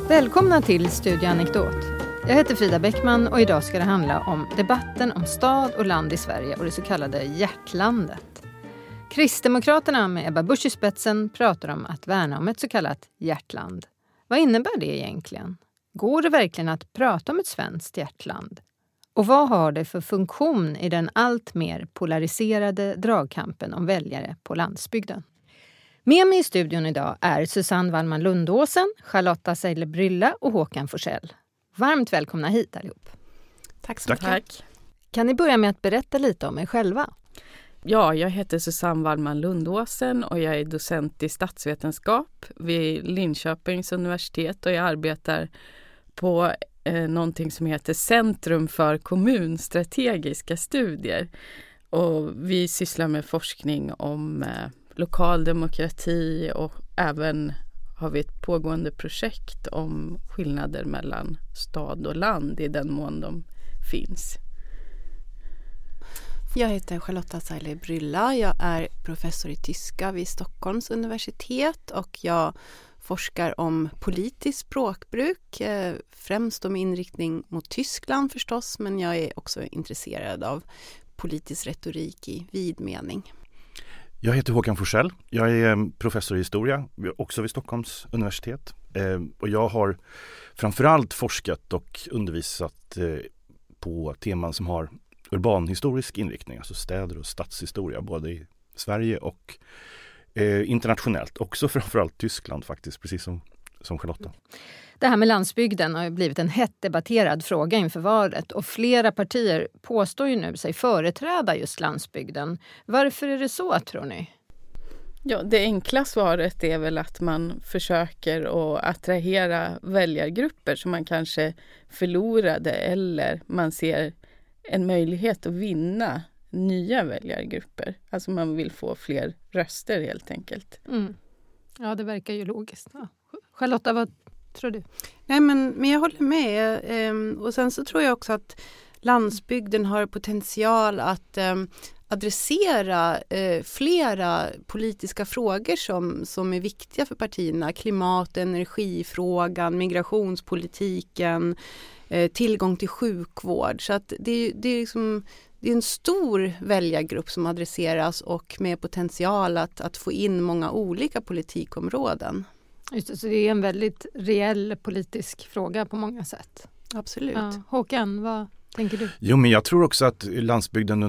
Välkomna till Studio Anekdot. Jag heter Frida Bäckman och idag ska det handla om debatten om stad och land i Sverige och det så kallade hjärtlandet. Kristdemokraterna med Ebba Busch i spetsen pratar om att värna om ett så kallat hjärtland. Vad innebär det egentligen? Går det verkligen att prata om ett svenskt hjärtland? Och vad har det för funktion i den allt mer polariserade dragkampen om väljare på landsbygden? Med mig i studion idag är Susanne Wallman Lundåsen, Charlotta Seidler Brylla och Håkan Forsell. Varmt välkomna hit allihop. Tack så mycket. Tack. Kan ni börja med att berätta lite om er själva? Ja, jag heter Susanne Wallman Lundåsen och jag är docent i statsvetenskap vid Linköpings universitet och jag arbetar på någonting som heter Centrum för kommunstrategiska studier. Och vi sysslar med forskning om lokal demokrati och även har vi ett pågående projekt om skillnader mellan stad och land i den mån de finns. Jag heter Charlotta Seidler Brylla. Jag är professor i tyska vid Stockholms universitet och jag forskar om politiskt språkbruk, främst med inriktning mot Tyskland förstås, men jag är också intresserad av politisk retorik i vid mening. Jag heter Håkan Forsell. Jag är professor i historia, också vid Stockholms universitet. Och jag har framförallt forskat och undervisat på teman som har urbanhistorisk inriktning, alltså städer och stadshistoria, både i Sverige och internationellt. Också framförallt Tyskland faktiskt, precis som Charlotta. Det här med landsbygden har ju blivit en hett debatterad fråga inför valet och flera partier påstår ju nu sig företräda just landsbygden. Varför är det så, tror ni? Ja, det enkla svaret är väl att man försöker att attrahera väljargrupper som man kanske förlorade eller man ser en möjlighet att vinna nya väljargrupper. Alltså man vill få fler röster helt enkelt. Mm. Ja, det verkar ju logiskt. Ja. Charlotta, vad tror du? Nej, men jag håller med. Och sen så tror jag också att landsbygden har potential att adressera flera politiska frågor som är viktiga för partierna. Klimat- och energifrågan, migrationspolitiken, tillgång till sjukvård. Så att det är en stor väljargrupp som adresseras och med potential att få in många olika politikområden. Just det, så det är en väldigt reell politisk fråga på många sätt. Absolut. Ja. Håkan, vad tänker du? Jo, men jag tror också att landsbygden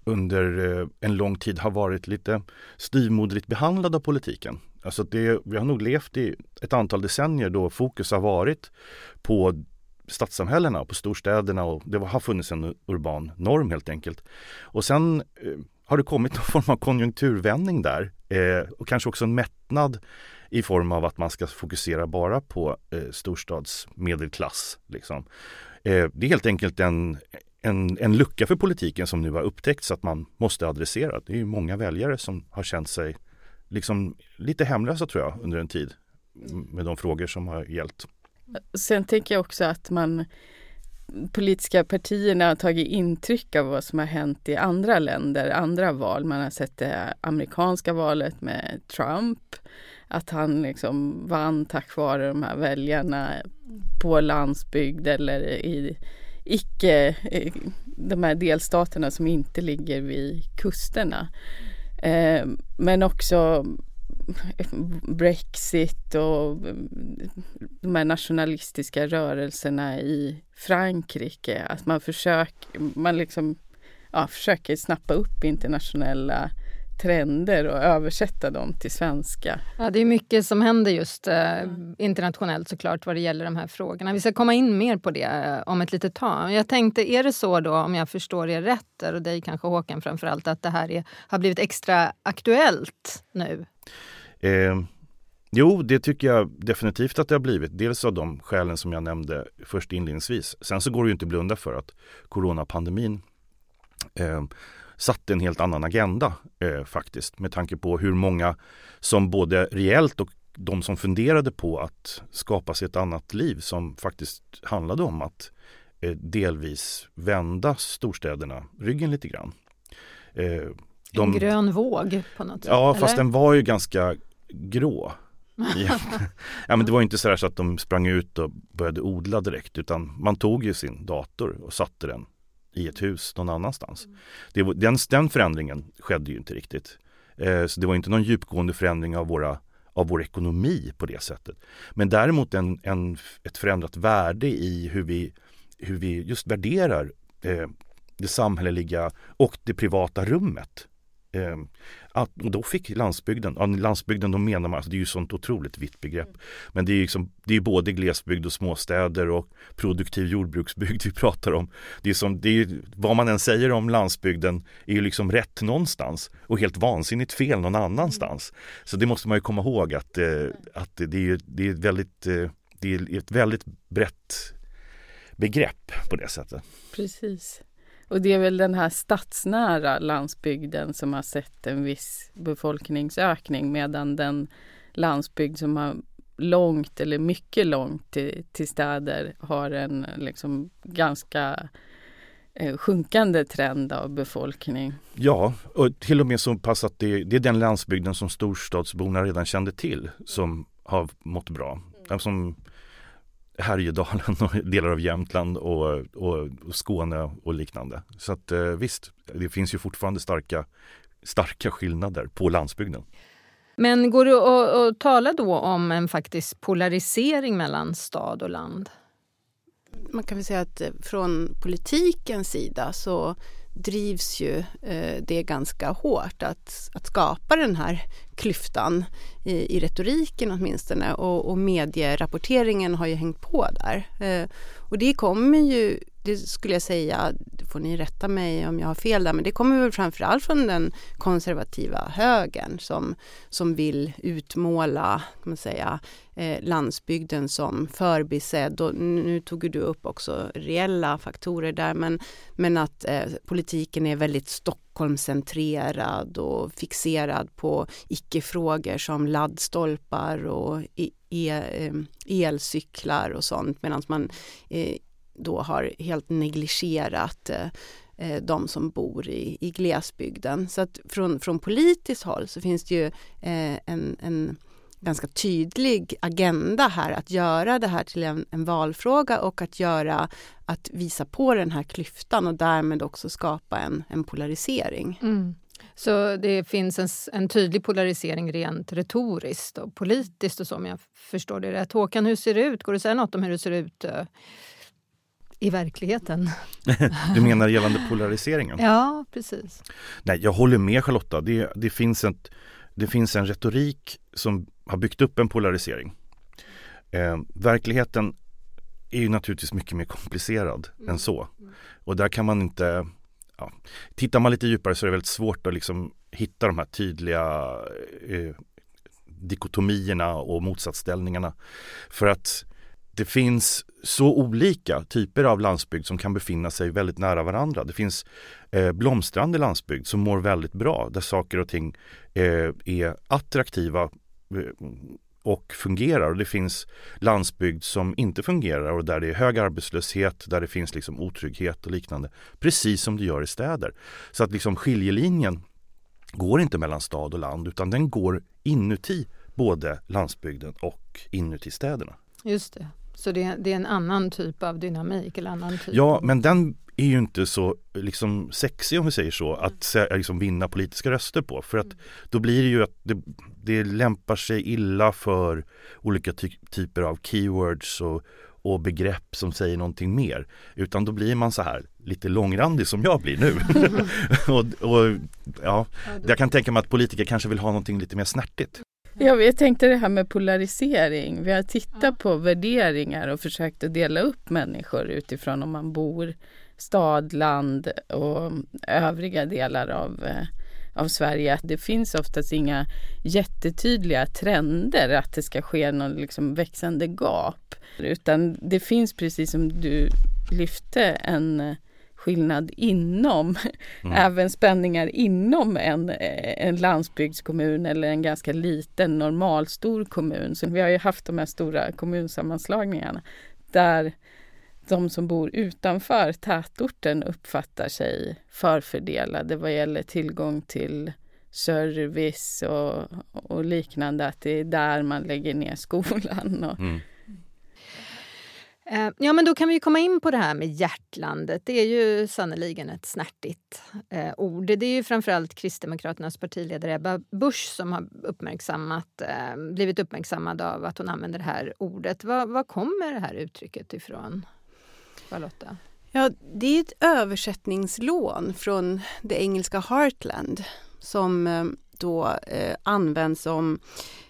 under en lång tid har varit lite styvmoderligt behandlad av politiken. Alltså vi har nog levt i ett antal decennier då fokus har varit på stadssamhällena och på storstäderna och det har funnits en urban norm helt enkelt. Och sen har det kommit någon form av konjunkturvändning där och kanske också en mättnad i form av att man ska fokusera bara på storstadsmedelklass. Liksom. Det är helt enkelt en lucka för politiken som nu har upptäckts att man måste adressera. Det är ju många väljare som har känt sig liksom lite hemlösa tror jag under en tid med de frågor som har gällt. Sen tänker jag också att politiska partierna har tagit intryck av vad som har hänt i andra länder, andra val. Man har sett det amerikanska valet med Trump, att han liksom vann tack vare de här väljarna på landsbygd eller i de här delstaterna som inte ligger vid kusterna. Men också Brexit och de här nationalistiska rörelserna i Frankrike, att man försöker snappa upp internationella trender och översätta dem till svenska. Ja, det är mycket som händer just internationellt såklart vad det gäller de här frågorna. Vi ska komma in mer på det om ett litet tag. Jag tänkte, är det så då, om jag förstår er rätt, och dig kanske Håkan framförallt, att det här har blivit extra aktuellt nu? Jo, det tycker jag definitivt att det har blivit. Dels av de skälen som jag nämnde först inledningsvis. Sen så går det ju inte att blunda för att coronapandemin satte en helt annan agenda faktiskt. Med tanke på hur många som både reellt och de som funderade på att skapa sig ett annat liv som faktiskt handlade om att delvis vända storstäderna ryggen lite grann. En grön våg på något sätt. Ja, eller? Fast den var ju ganska grå Ja, men det var inte så här så att de sprang ut och började odla direkt, utan man tog ju sin dator och satte den i ett hus någon annanstans. Den förändringen skedde ju inte riktigt. Så det var inte någon djupgående förändring av vår ekonomi på det sättet. Men däremot ett förändrat värde i hur vi just värderar det samhälleliga och det privata rummet. Och då fick landsbygden, då menar man, alltså det är ju sånt otroligt vitt begrepp, men det är både glesbygd och småstäder och produktiv jordbruksbygd vi pratar om. Vad man än säger om landsbygden är ju liksom rätt någonstans och helt vansinnigt fel någon annanstans. Så det måste man ju komma ihåg att det är ett väldigt brett begrepp på det sättet. Precis. Och det är väl den här stadsnära landsbygden som har sett en viss befolkningsökning, medan den landsbygd som har långt eller mycket långt till städer har en liksom ganska sjunkande trend av befolkning. Ja, och till och med så pass att det är den landsbygden som storstadsborna redan kände till som har mått bra. Som Härjedalen och delar av Jämtland och Skåne och liknande. Så att visst, det finns ju fortfarande starka skillnader på landsbygden. Men går det att tala då om en faktisk polarisering mellan stad och land? Man kan väl säga att från politikens sida så drivs ju det ganska hårt att skapa den här klyftan i retoriken åtminstone, och medierapporteringen har ju hängt på där. Och det kommer ju, det skulle jag säga, får ni rätta mig om jag har fel där, men det kommer väl framförallt från den konservativa högern som vill utmåla, kan man säga, landsbygden som förbisedd. Och nu tog du upp också reella faktorer där, men att politiken är väldigt Stockholmscentrerad och fixerad på icke-frågor som laddstolpar och elcyklar och sånt, medan man då har helt negligerat de som bor i glesbygden. Så att från politiskt håll så finns det ju en ganska tydlig agenda här att göra det här till en valfråga och att visa på den här klyftan och därmed också skapa en polarisering. Mm. Så det finns en tydlig polarisering rent retoriskt och politiskt och så, om jag förstår det rätt. Håkan, hur ser det ut? Går det att säga något om hur det ser ut i verkligheten? Du menar gällande polariseringen? Ja, precis. Nej, jag håller med Charlotta. Det finns en retorik som har byggt upp en polarisering. Verkligheten är ju naturligtvis mycket mer komplicerad än så. Och där kan man inte... Ja, tittar man lite djupare så är det väldigt svårt att liksom hitta de här tydliga dikotomierna och motsatsställningarna. För att det finns så olika typer av landsbygd som kan befinna sig väldigt nära varandra. Det finns blomstrande landsbygd som mår väldigt bra, där saker och ting är attraktiva och fungerar. Och det finns landsbygd som inte fungerar och där det är hög arbetslöshet, där det finns liksom otrygghet och liknande. Precis som det gör i städer. Så att liksom skiljelinjen går inte mellan stad och land, utan den går inuti både landsbygden och inuti städerna. Just det. Så det är en annan typ av dynamik eller annan typ. Ja, men den är ju inte så liksom sexig, om vi säger så, att liksom vinna politiska röster på. För att då blir det ju att det lämpar sig illa för olika typer av keywords och begrepp som säger någonting mer. Utan då blir man så här lite långrandig som jag blir nu. Jag kan tänka mig att politiker kanske vill ha någonting lite mer snärtigt. Ja, jag tänkte det här med polarisering. Vi har tittat på värderingar och försökt att dela upp människor utifrån om man bor stad, land och övriga delar av Sverige. Det finns oftast inga jättetydliga trender att det ska ske någon liksom växande gap. Utan det finns, precis som du lyfte, en skillnad inom, även spänningar inom en landsbygdskommun eller en ganska liten normalstor kommun. Så vi har ju haft de här stora kommunsammanslagningarna där de som bor utanför tätorten uppfattar sig förfördelade vad gäller tillgång till service och liknande, att det är där man lägger ner skolan. Ja, men då kan vi komma in på det här med hjärtlandet. Det är ju sannoliken ett snärtigt ord. Det är ju framförallt Kristdemokraternas partiledare Ebba Busch som har blivit uppmärksammad av att hon använder det här ordet. Var kommer det här uttrycket ifrån, Charlotta? Ja, det är ett översättningslån från det engelska Heartland som då används om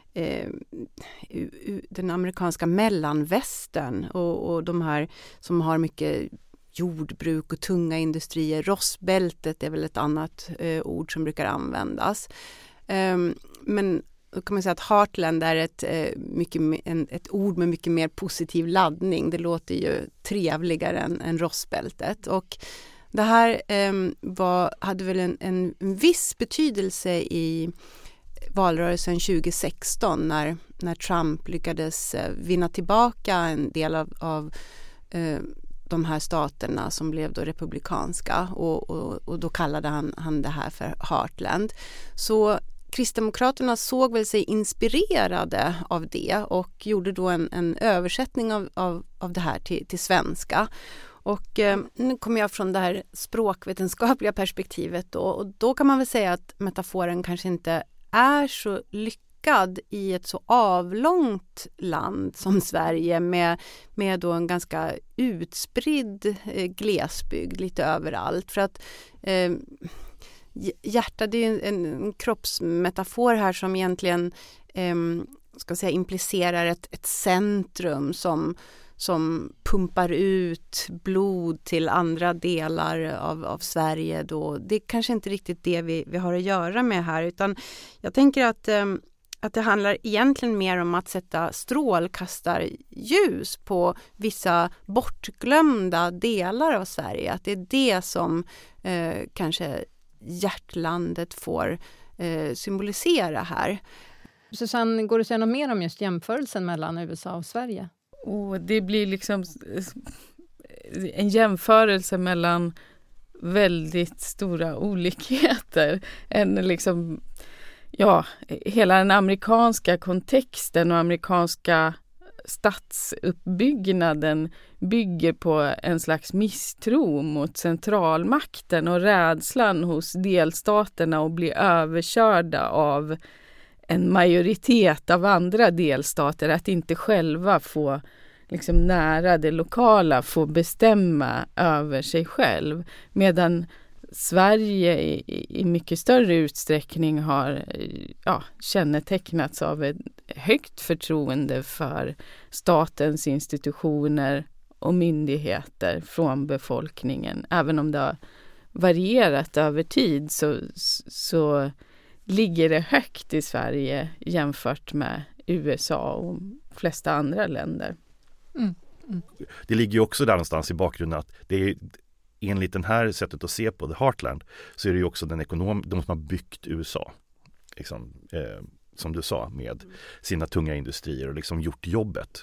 den amerikanska mellanvästern och de här som har mycket jordbruk och tunga industrier. Rostbältet är väl ett annat ord som brukar användas. Men då kan man säga att Heartland är ett ord med mycket mer positiv laddning. Det låter ju trevligare än Rostbältet. Och det här hade väl en viss betydelse i valrörelsen 2016 när Trump lyckades vinna tillbaka en del av de här staterna som blev då republikanska och då kallade han det här för Heartland. Så Kristdemokraterna såg väl sig inspirerade av det och gjorde då en översättning av det här till svenska. Och nu kommer jag från det här språkvetenskapliga perspektivet då, och då kan man väl säga att metaforen kanske inte är så lyckad i ett så avlångt land som Sverige med då en ganska utspridd glesbygd lite överallt. För att hjärta, det är en kroppsmetafor här som egentligen implicerar ett centrum som pumpar ut blod till andra delar av Sverige då. Det är kanske inte riktigt det vi har att göra med här, utan jag tänker att det handlar egentligen mer om att sätta strålkastarljus på vissa bortglömda delar av Sverige. Att det är det som kanske hjärtlandet får symbolisera här. Susanne, går det att säga något mer om just jämförelsen mellan USA och Sverige? Det blir liksom en jämförelse mellan väldigt stora olikheter. Hela den amerikanska kontexten och amerikanska statsuppbyggnaden bygger på en slags misstro mot centralmakten och rädslan hos delstaterna att bli överkörda av en majoritet av andra delstater, att inte själva få nära det lokala få bestämma över sig själv, medan Sverige i mycket större utsträckning har kännetecknats av ett högt förtroende för statens institutioner och myndigheter från befolkningen. Även om det har varierat över tid så ligger det högt i Sverige jämfört med USA och flesta andra länder. Det ligger ju också där någonstans i bakgrunden att det är, enligt den här sättet att se på The Heartland, så är det ju också de som har byggt USA. Som du sa, med sina tunga industrier och gjort jobbet.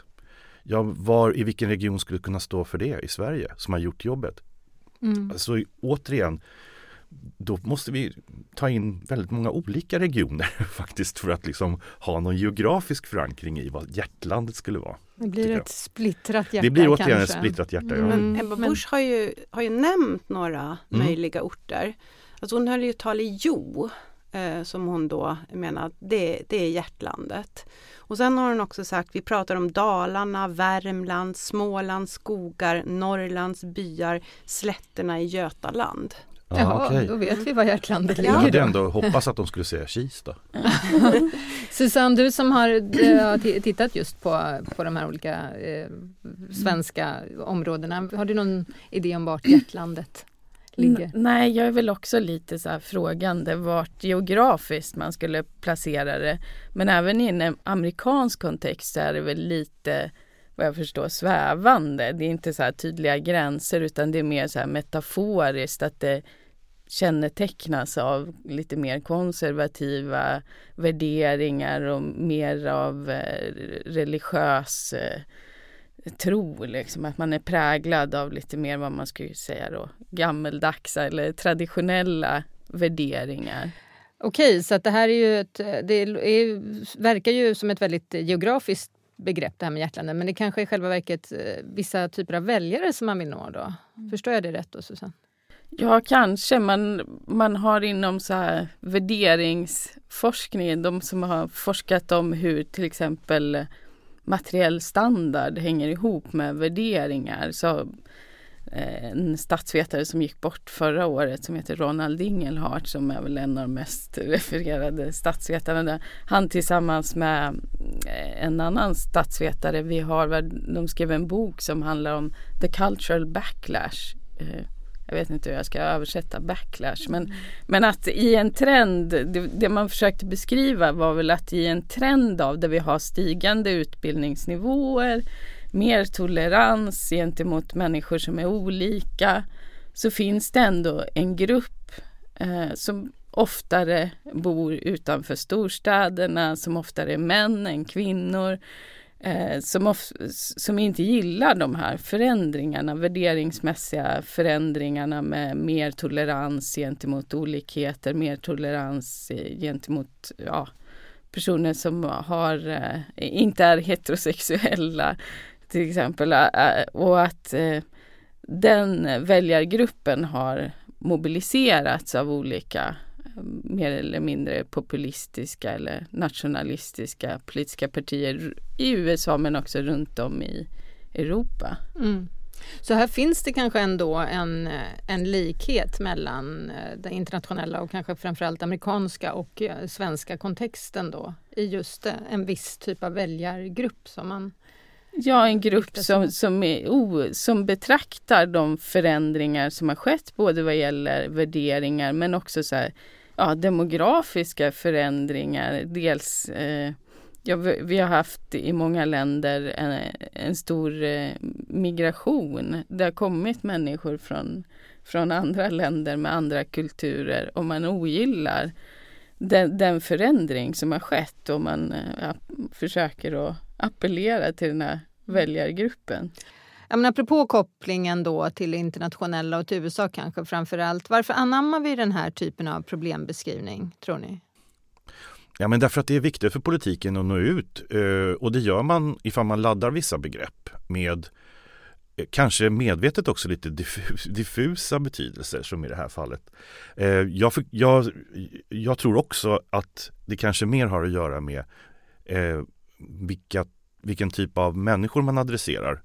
I vilken region skulle kunna stå för det i Sverige som har gjort jobbet? Alltså återigen, då måste vi ta in väldigt många olika regioner faktiskt för att ha någon geografisk förankring i vad hjärtlandet skulle vara. Det blir ett splittrat hjärta. Det blir återigen kanske. ett splittrat hjärta, ja. Men Ebba Busch har ju nämnt några möjliga orter. Alltså hon höll ju tal i Jo, som hon då menar att det är hjärtlandet. Och sen har hon också sagt, vi pratar om Dalarna, Värmland, Smålands skogar, Norrlands byar, slätterna i Götaland. Ja, okay. Då vet vi vad hjärtlandet ligger. Jag hade ändå hoppas att de skulle säga Kista. Susanne, du som har tittat just på de här olika svenska områdena. Har du någon idé om vart hjärtlandet ligger? Nej, jag är väl också lite så här frågande vart geografiskt man skulle placera det. Men även i en amerikansk kontext så är det väl lite, vad jag förstår, svävande. Det är inte så här tydliga gränser, utan det är mer så här metaforiskt, att det kännetecknas av lite mer konservativa värderingar och mer av religiös tro, att man är präglad av lite mer, vad man skulle säga då, gammeldags eller traditionella värderingar. Okej, så att det här är ju verkar ju som ett väldigt geografiskt begrepp det här med hjärtlandet, men det kanske är själva verket vissa typer av väljare som man vill nå då. Förstår jag det rätt då, Susanne? Ja, kanske. Man har inom så här värderingsforskning, de som har forskat om hur till exempel materiell standard hänger ihop med värderingar. Så en statsvetare som gick bort förra året som heter Ronald Inglehart, som är väl en av de mest refererade statsvetarna. Han tillsammans med en annan statsvetare, de skrev en bok som handlar om the cultural backlash. Jag vet inte hur jag ska översätta backlash, men att i en trend, det man försökte beskriva var väl att i en trend av där vi har stigande utbildningsnivåer, mer tolerans gentemot människor som är olika, så finns det ändå en grupp som oftare bor utanför storstäderna, som oftare är män än kvinnor, som inte gillar de här förändringarna, värderingsmässiga förändringarna med mer tolerans gentemot olikheter, mer tolerans gentemot personer som inte är heterosexuella till exempel, och att den väljargruppen har mobiliserats av olika mer eller mindre populistiska eller nationalistiska politiska partier i USA men också runt om i Europa. Mm. Så här finns det kanske ändå en likhet mellan den internationella och kanske framförallt amerikanska och svenska kontexten då i just en viss typ av väljargrupp som man... Ja, en grupp som betraktar de förändringar som har skett både vad gäller värderingar men också så här, demografiska förändringar. Dels, vi har haft i många länder en stor migration. Det har kommit människor från andra länder med andra kulturer och man ogillar den förändring som har skett och man försöker att appellera till den här väljargruppen. Ja, men apropå kopplingen då till det internationella och till USA kanske framförallt. Varför anammar vi den här typen av problembeskrivning, tror ni? Ja, men därför att det är viktigt för politiken att nå ut. Och det gör man ifall man laddar vissa begrepp med kanske medvetet också lite diffusa betydelser som i det här fallet. Jag tror också att det kanske mer har att göra med vilken typ av människor man adresserar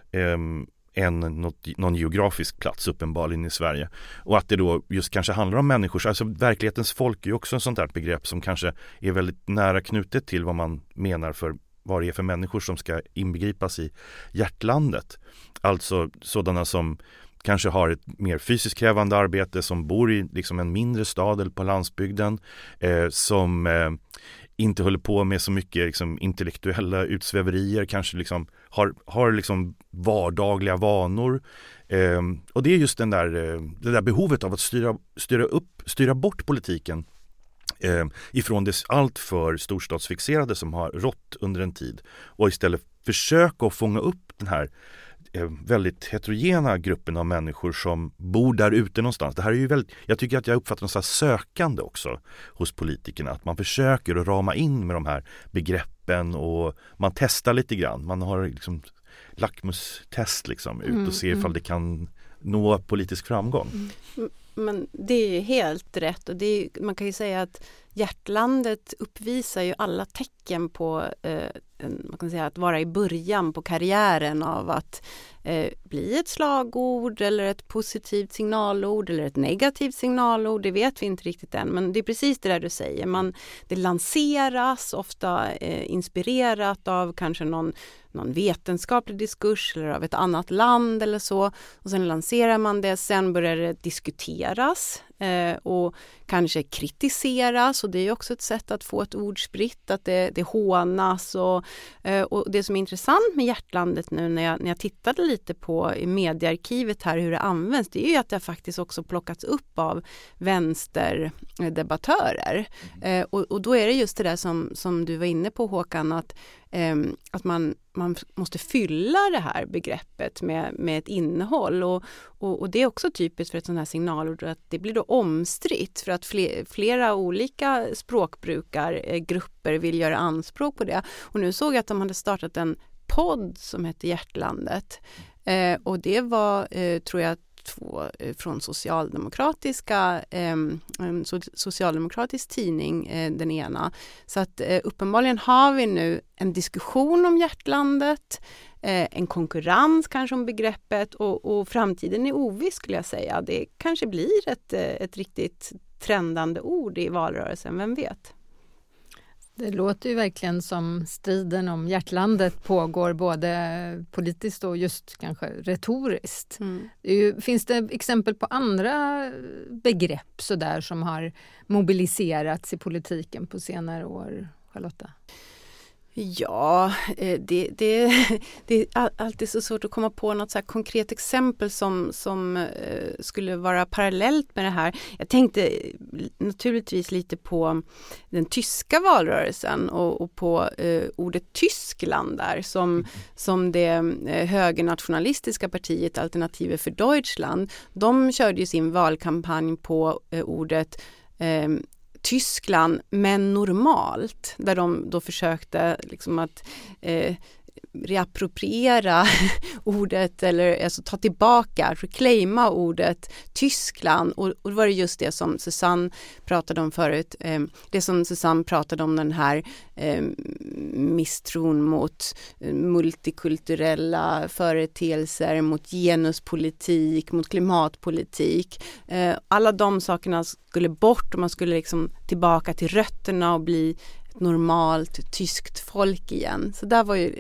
än någon geografisk plats uppenbarligen i Sverige. Och att det då just kanske handlar om människor, alltså verklighetens folk är ju också en sånt där begrepp som kanske är väldigt nära knutet till vad man menar för vad det är för människor som ska inbegripas i hjärtlandet. Alltså sådana som kanske har ett mer fysiskt krävande arbete, som bor i liksom en mindre stad eller på landsbygden, som inte håller på med så mycket liksom intellektuella utsväverier, kanske liksom har liksom vardagliga vanor. Och det är just det där behovet av att styra bort politiken ifrån det allt för storstadsfixerade som har rått under en tid och istället försöka att fånga upp den här väldigt heterogena gruppen av människor som bor där ute någonstans. Det här är ju jag tycker att jag uppfattar något så här sökande också hos politikerna, att man försöker att rama in med de här begreppen och man testar lite grann. Man har liksom lackmustest liksom ut och ser ifall det kan nå politisk framgång. Men det är ju helt rätt och man kan ju säga att hjärtlandet uppvisar ju alla tecken på man kan säga att vara i början på karriären av att bli ett slagord eller ett positivt signalord eller ett negativt signalord, det vet vi inte riktigt än, men det är precis det där du säger. Det lanseras ofta inspirerat av kanske någon vetenskaplig diskurs eller av ett annat land eller så, och sen lanserar man det, sen börjar det diskuteras och kanske kritiseras, och det är också ett sätt att få ett ord spritt, att det hånas och det som är intressant med hjärtlandet nu när jag tittade lite på i mediearkivet här hur det används, det är ju att det faktiskt också plockats upp av vänsterdebattörer och då är det just det där som du var inne på, Håkan, att att man måste fylla det här begreppet med ett innehåll och det är också typiskt för ett sånt här signalord att det blir då omstritt för att flera olika språkbrukargrupper vill göra anspråk på det. Och nu såg jag att de hade startat en podd som heter Hjärtlandet och det var tror jag från socialdemokratisk tidning den ena. Så att uppenbarligen har vi nu en diskussion om Hjärtlandet, en konkurrens kanske om begreppet och framtiden är oviss skulle jag säga. Det kanske blir ett riktigt trendande ord i valrörelsen, vem vet? Det låter ju verkligen som striden om Hjärtlandet pågår både politiskt och just kanske retoriskt. Finns det exempel på andra begrepp så där som har mobiliserats i politiken på senare år, Charlotta? Ja, det är alltid så svårt att komma på något så här konkret exempel som skulle vara parallellt med det här. Jag tänkte naturligtvis lite på den tyska valrörelsen och på ordet Tyskland där som det högernationalistiska partiet Alternative för Deutschland. De körde ju sin valkampanj på ordet Tyskland men normalt, där de då försökte liksom att reappropriera ordet eller alltså ta tillbaka, reclaima ordet Tyskland och då var det just det som Susanne pratade om förut, det som Susanne pratade om den här misstron mot multikulturella företeelser, mot genuspolitik, mot klimatpolitik. Alla de sakerna skulle bort och man skulle liksom tillbaka till rötterna och bli normalt tyskt folk igen. Så där var ju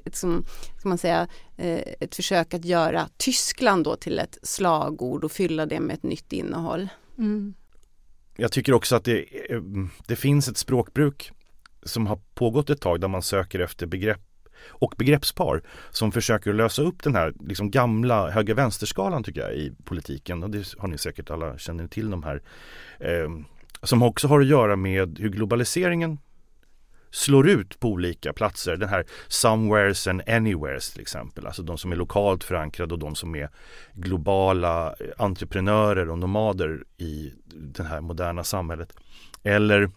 ett försök att göra Tyskland då till ett slagord och fylla det med ett nytt innehåll. Mm. Jag tycker också att det finns ett språkbruk som har pågått ett tag där man söker efter begrepp och begreppspar som försöker lösa upp den här liksom gamla höger-vänsterskalan tycker jag i politiken, och det har ni säkert alla känner till de här som också har att göra med hur globaliseringen slår ut på olika platser. Den här somewheres and anywheres till exempel. Alltså de som är lokalt förankrade och de som är globala entreprenörer och nomader i det här moderna samhället. Eller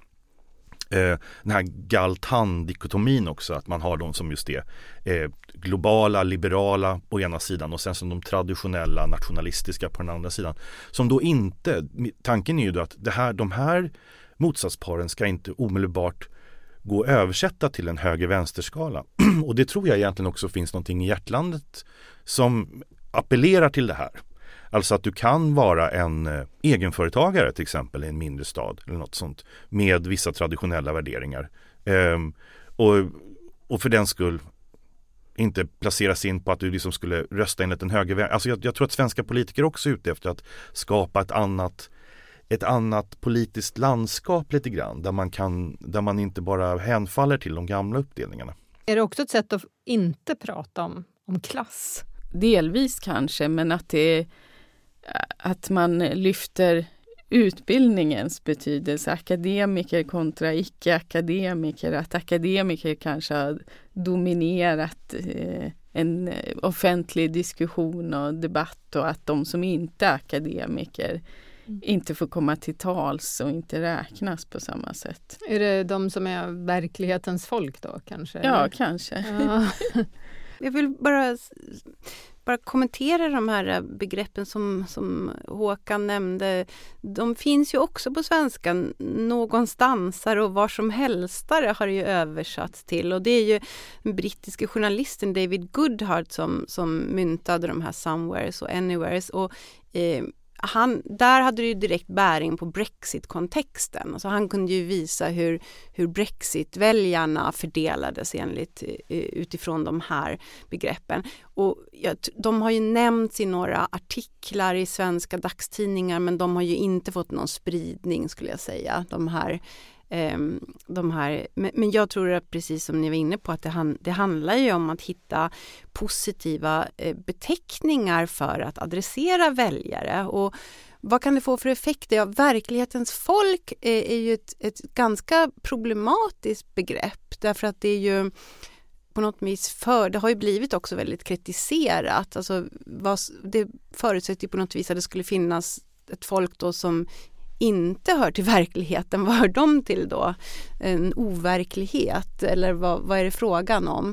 den här Galtan-dikotomin också. Att man har de som just det globala, liberala på ena sidan och sen som de traditionella, nationalistiska på den andra sidan. Som då inte, tanken är ju då att de här motsatsparen ska inte omedelbart gå att översätta till en höger-vänsterskala. Och det tror jag egentligen också finns någonting i Hjärtlandet som appellerar till det här. Alltså att du kan vara en egenföretagare till exempel i en mindre stad eller något sånt med vissa traditionella värderingar. Och för den skull inte placeras in på att du liksom skulle rösta enligt en höger. Alltså jag tror att svenska politiker också är ute efter att skapa ett annat politiskt landskap lite grann där man inte bara hänfaller till de gamla uppdelningarna. Är det också ett sätt att inte prata om klass? Delvis kanske, men att man lyfter utbildningens betydelse, akademiker kontra icke-akademiker, att akademiker kanske har dominerat en offentlig diskussion och debatt och att de som inte är akademiker inte får komma till tals och inte räknas på samma sätt. Är det de som är verklighetens folk då kanske? Ja, kanske. Ja. Jag vill bara kommentera de här begreppen som Håkan nämnde. De finns ju också på svenska. Någonstansare och var som helstare har ju översatts till. Och det är ju den brittiska journalisten David Goodhart som myntade de här somewheres och anywheres. Och där hade det ju direkt bäring på Brexit-kontexten. Alltså han kunde ju visa hur Brexit-väljarna fördelades utifrån de här begreppen. Och de har ju nämnts i några artiklar i svenska dagstidningar, men de har ju inte fått någon spridning skulle jag säga. Men jag tror att precis som ni var inne på att det handlar ju om att hitta positiva beteckningar för att adressera väljare. Och vad kan det få för effekter? Ja, verklighetens folk är ju ett ganska problematiskt begrepp därför att det är ju på något vis det har ju blivit också väldigt kritiserat. Alltså, det förutsätter ju på något vis att det skulle finnas ett folk då som inte hör till verkligheten. Vad hör de till då? En overklighet? Eller vad är det frågan om?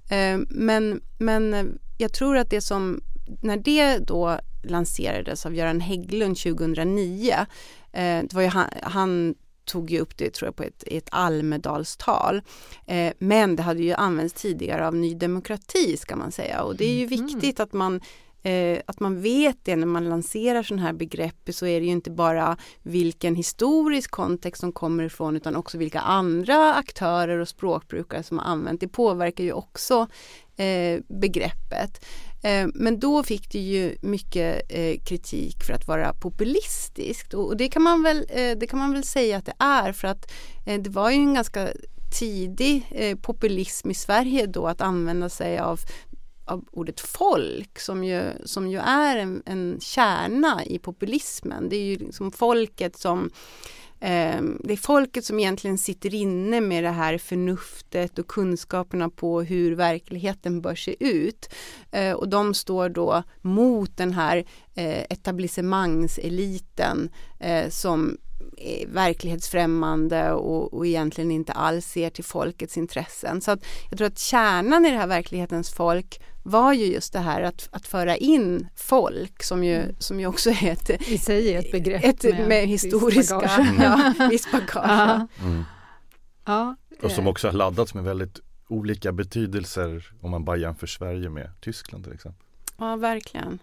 Men jag tror att när det då lanserades av Göran Hägglund 2009, det var ju han tog ju upp det, tror jag, på ett Almedalstal. Men det hade ju använts tidigare av Ny Demokrati, ska man säga. Och det är ju viktigt att man vet det när man lanserar sådana här begrepp, så är det ju inte bara vilken historisk kontext som kommer ifrån, utan också vilka andra aktörer och språkbrukare som har använt. Det påverkar ju också begreppet. Men då fick det ju mycket kritik för att vara populistiskt, och det kan man väl säga att det är, för att det var ju en ganska tidig populism i Sverige då att använda sig av ordet folk, som ju är en kärna i populismen. Det är ju liksom folket som det är folket som egentligen sitter inne med det här förnuftet och kunskaperna på hur verkligheten bör se ut. Och de står då mot den här etablissemangseliten som är verklighetsfrämmande och egentligen inte alls ser till folkets intressen. Så att jag tror att kärnan i det här verklighetens folk var ju just det här att föra in folk, som ju också är ett begrepp med historiska viss bagage. Ja. Och som också har laddats med väldigt olika betydelser om man bara jämför Sverige med Tyskland till exempel. Ja, verkligen.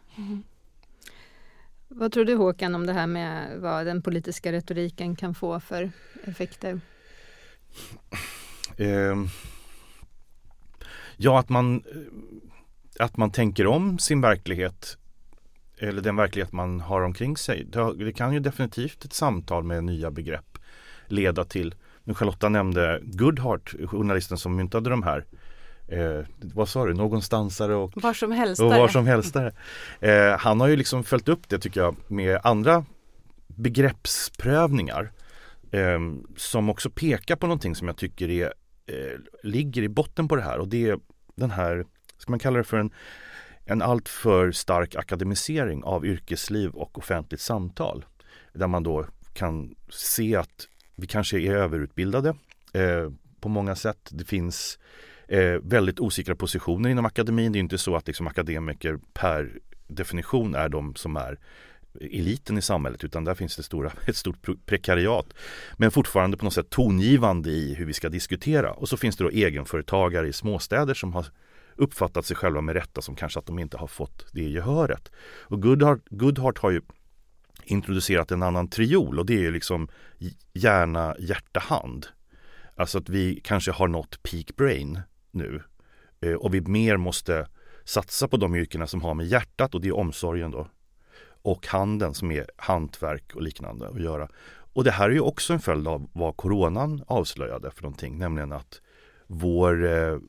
Vad tror du, Håkan, om det här med vad den politiska retoriken kan få för effekter? Att man tänker om sin verklighet, eller den verklighet man har omkring sig. Det kan ju definitivt ett samtal med nya begrepp leda till. Nu Charlotta nämnde Goodhart, journalisten som myntade de här. Vad sa du? Någonstansare och var som helstare. Han har ju liksom följt upp det, tycker jag, med andra begreppsprövningar som också pekar på någonting som jag tycker ligger i botten på det här, och det är den här, ska man kalla det för en alltför stark akademisering av yrkesliv och offentligt samtal, där man då kan se att vi kanske är överutbildade på många sätt. Det finns väldigt osäkra positioner inom akademin. Det är inte så att liksom akademiker per definition är de som är eliten i samhället, utan där finns det ett stort prekariat, men fortfarande på något sätt tongivande i hur vi ska diskutera. Och så finns det då egenföretagare i småstäder som har uppfattat sig själva med rätta som kanske att de inte har fått det gehöret. Och Goodhart har ju introducerat en annan triol, och det är ju liksom hjärna, hjärta, hand. Alltså att vi kanske har nått peak brain nu, och vi mer måste satsa på de yrkena som har med hjärtat, och det är omsorgen då, och handen som är hantverk och liknande att göra. Och det här är ju också en följd av vad coronan avslöjade för någonting, nämligen att vår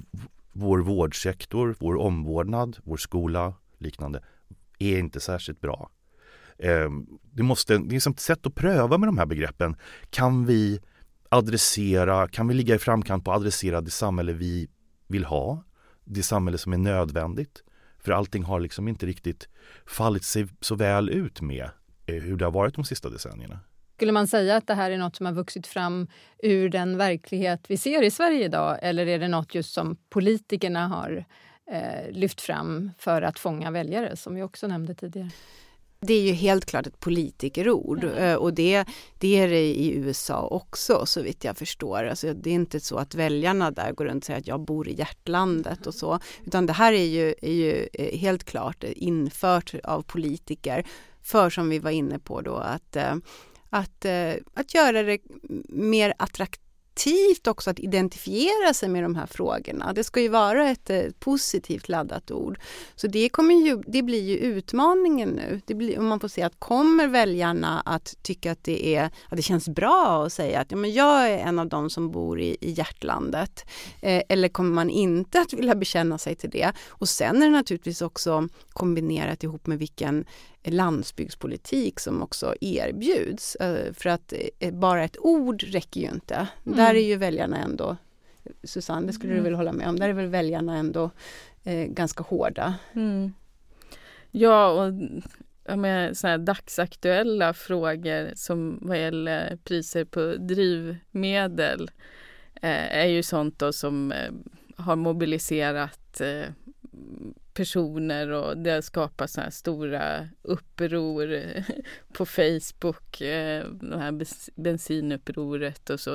vårdsektor, vår omvårdnad, vår skola, liknande, är inte särskilt bra. Det är som ett sätt att pröva med de här begreppen. Kan vi ligga i framkant på att adressera det samhälle vi vill ha, det samhälle som är nödvändigt? För allting har liksom inte riktigt fallit sig så väl ut med hur det har varit de sista decennierna. Skulle man säga att det här är något som har vuxit fram ur den verklighet vi ser i Sverige idag? Eller är det något just som politikerna har lyft fram för att fånga väljare, som vi också nämnde tidigare? Det är ju helt klart ett politikerord, och det är det i USA också, så vitt jag förstår. Alltså, det är inte så att väljarna där går runt och säger att jag bor i hjärtlandet och så, utan det här är ju helt klart infört av politiker för, som vi var inne på då, att göra det mer attraktivt också att identifiera sig med de här frågorna. Det ska ju vara ett positivt laddat ord. Så det blir ju utmaningen nu. Om man får se att kommer väljarna att tycka att det känns bra att säga att jag är en av dem som bor i hjärtlandet. Eller kommer man inte att vilja bekänna sig till det? Och sen är det naturligtvis också kombinerat ihop med vilken landsbygdspolitik som också erbjuds. För att bara ett ord räcker ju inte. Där är ju väljarna ändå Susanne, det skulle du väl hålla med om. Där är väl väljarna ändå ganska hårda. Mm. Ja, och med så här dagsaktuella frågor som vad gäller priser på drivmedel är ju sånt då som har mobiliserat personer, och det har skapat så här stora uppror på Facebook, det här bensinupproret och så,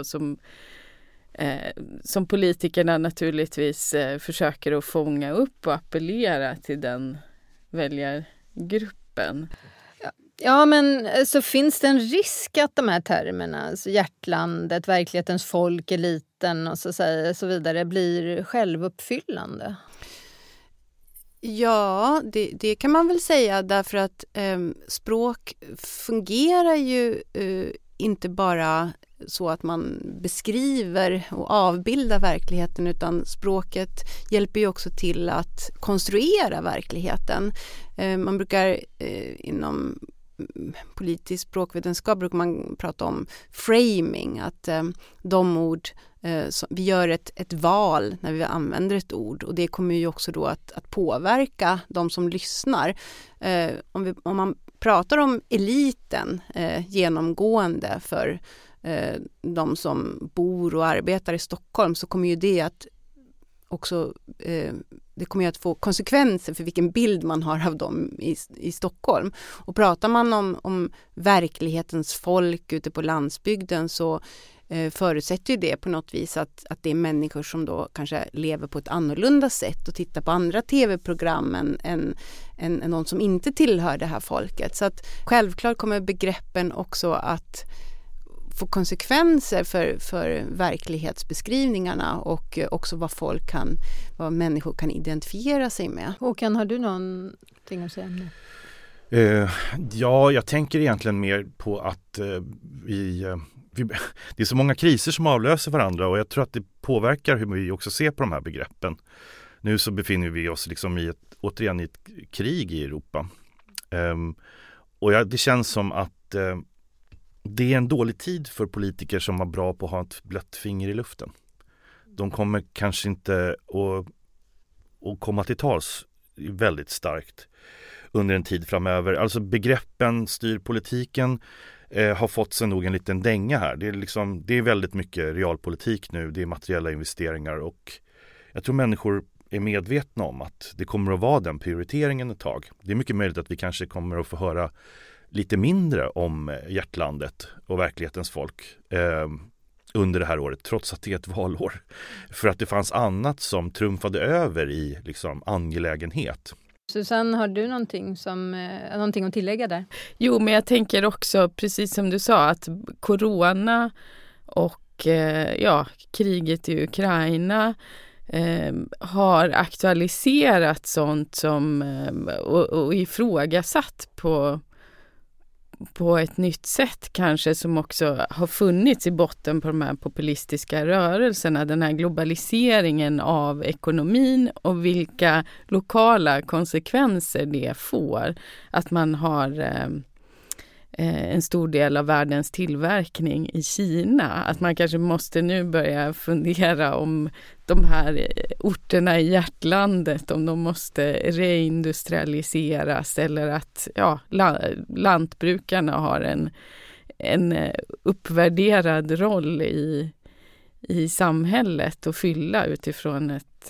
som politikerna naturligtvis försöker att fånga upp och appellera till den väljargruppen. Ja, men så finns det en risk att de här termerna, alltså hjärtlandet, verklighetens folk, eliten och så vidare, blir självuppfyllande? Ja, det kan man väl säga, därför att språk fungerar ju inte bara så att man beskriver och avbildar verkligheten, utan språket hjälper ju också till att konstruera verkligheten. Man brukar inom politisk språkvetenskap brukar man prata om framing, att de ord vi gör ett val när vi använder ett ord, och det kommer ju också då att påverka de som lyssnar. Om man pratar om eliten genomgående för de som bor och arbetar i Stockholm, så kommer ju det att också det kommer ju att få konsekvenser för vilken bild man har av dem i Stockholm. Och pratar man om verklighetens folk ute på landsbygden, så förutsätter ju det på något vis att det är människor som då kanske lever på ett annorlunda sätt och tittar på andra tv-program än någon som inte tillhör det här folket. Så att självklart kommer begreppen också att få konsekvenser för verklighetsbeskrivningarna, och också vad människor kan identifiera sig med. Håkan, har du någonting att säga om det? Ja, jag tänker egentligen mer på att det är så många kriser som avlöser varandra, och jag tror att det påverkar hur vi också ser på de här begreppen. Nu så befinner vi oss liksom återigen i ett krig i Europa. Och det känns som att det är en dålig tid för politiker som var bra på att ha ett blött finger i luften. De kommer kanske inte att komma till tals väldigt starkt under en tid framöver. Alltså begreppen styr politiken har fått sig nog en liten dänga här. Det är väldigt mycket realpolitik nu, det är materiella investeringar, och jag tror människor är medvetna om att det kommer att vara den prioriteringen ett tag. Det är mycket möjligt att vi kanske kommer att få höra lite mindre om hjärtlandet och verklighetens folk under det här året, trots att det är ett valår. För att det fanns annat som trumfade över i liksom angelägenhet. Susanne, har du någonting att tillägga där? Jo, men jag tänker också, precis som du sa, att corona och kriget i Ukraina har aktualiserat sånt som och ifrågasatt på ett nytt sätt kanske, som också har funnits i botten på de här populistiska rörelserna, den här globaliseringen av ekonomin och vilka lokala konsekvenser det får. Att man har en stor del av världens tillverkning i Kina. Att man kanske måste nu börja fundera om de här orterna i hjärtlandet, om de måste reindustrialiseras, eller att lantbrukarna har en uppvärderad roll i samhället att fylla utifrån ett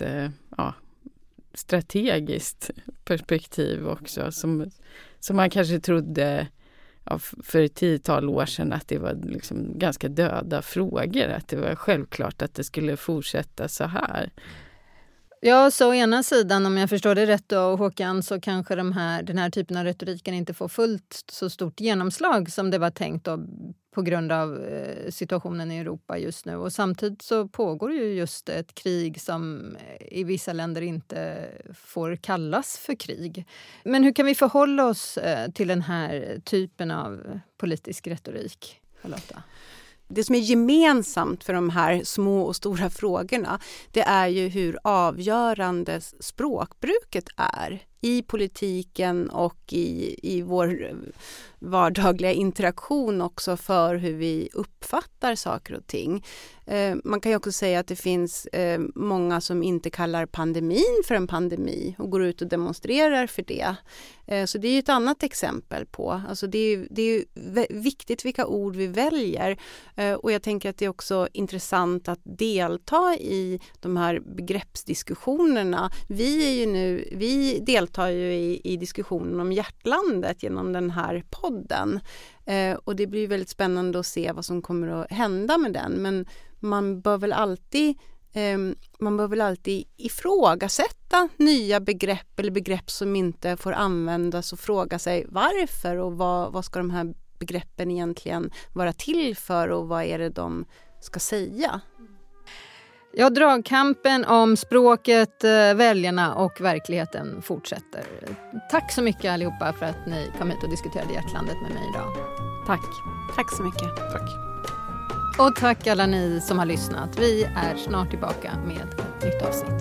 strategiskt perspektiv också, som man kanske trodde för ett 10-tal år sedan att det var liksom ganska döda frågor, att det var självklart att det skulle fortsätta så här. Ja, så å ena sidan, om jag förstår det rätt då, Håkan, så kanske den här typen av retoriken inte får fullt så stort genomslag som det var tänkt då, på grund av situationen i Europa just nu. Och samtidigt så pågår ju just ett krig som i vissa länder inte får kallas för krig. Men hur kan vi förhålla oss till den här typen av politisk retorik, Charlotta? Det som är gemensamt för de här små och stora frågorna, det är ju hur avgörande språkbruket är i politiken och i vår vardagliga interaktion också för hur vi uppfattar saker och ting. Man kan ju också säga att det finns många som inte kallar pandemin för en pandemi och går ut och demonstrerar för det. Så det är ju ett annat exempel på. Alltså det är viktigt vilka ord vi väljer. Och jag tänker att det är också intressant att delta i de här begreppsdiskussionerna. Vi deltar ju i diskussionen om hjärtlandet genom den här podden. Och det blir väldigt spännande att se vad som kommer att hända med den. Men man bör väl alltid ifrågasätta nya begrepp eller begrepp som inte får användas och fråga sig varför och vad ska de här begreppen egentligen vara till för och vad är det de ska säga. Ja, dragkampen om språket, väljarna och verkligheten fortsätter. Tack så mycket allihopa för att ni kom hit och diskuterade hjärtlandet med mig idag. Tack. Tack så mycket. Tack. Och tack alla ni som har lyssnat. Vi är snart tillbaka med ett nytt avsnitt.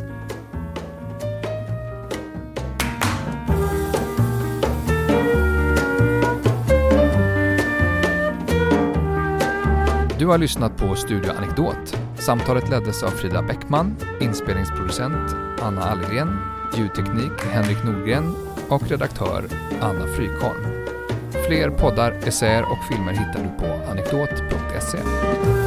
Du har lyssnat på Studio Anekdot. Samtalet leddes av Frida Bäckman, inspelningsproducent Anna Allegren, ljudteknik Henrik Nordgren och redaktör Anna Frykholm. Fler poddar, essäer och filmer hittar du på anekdot.se.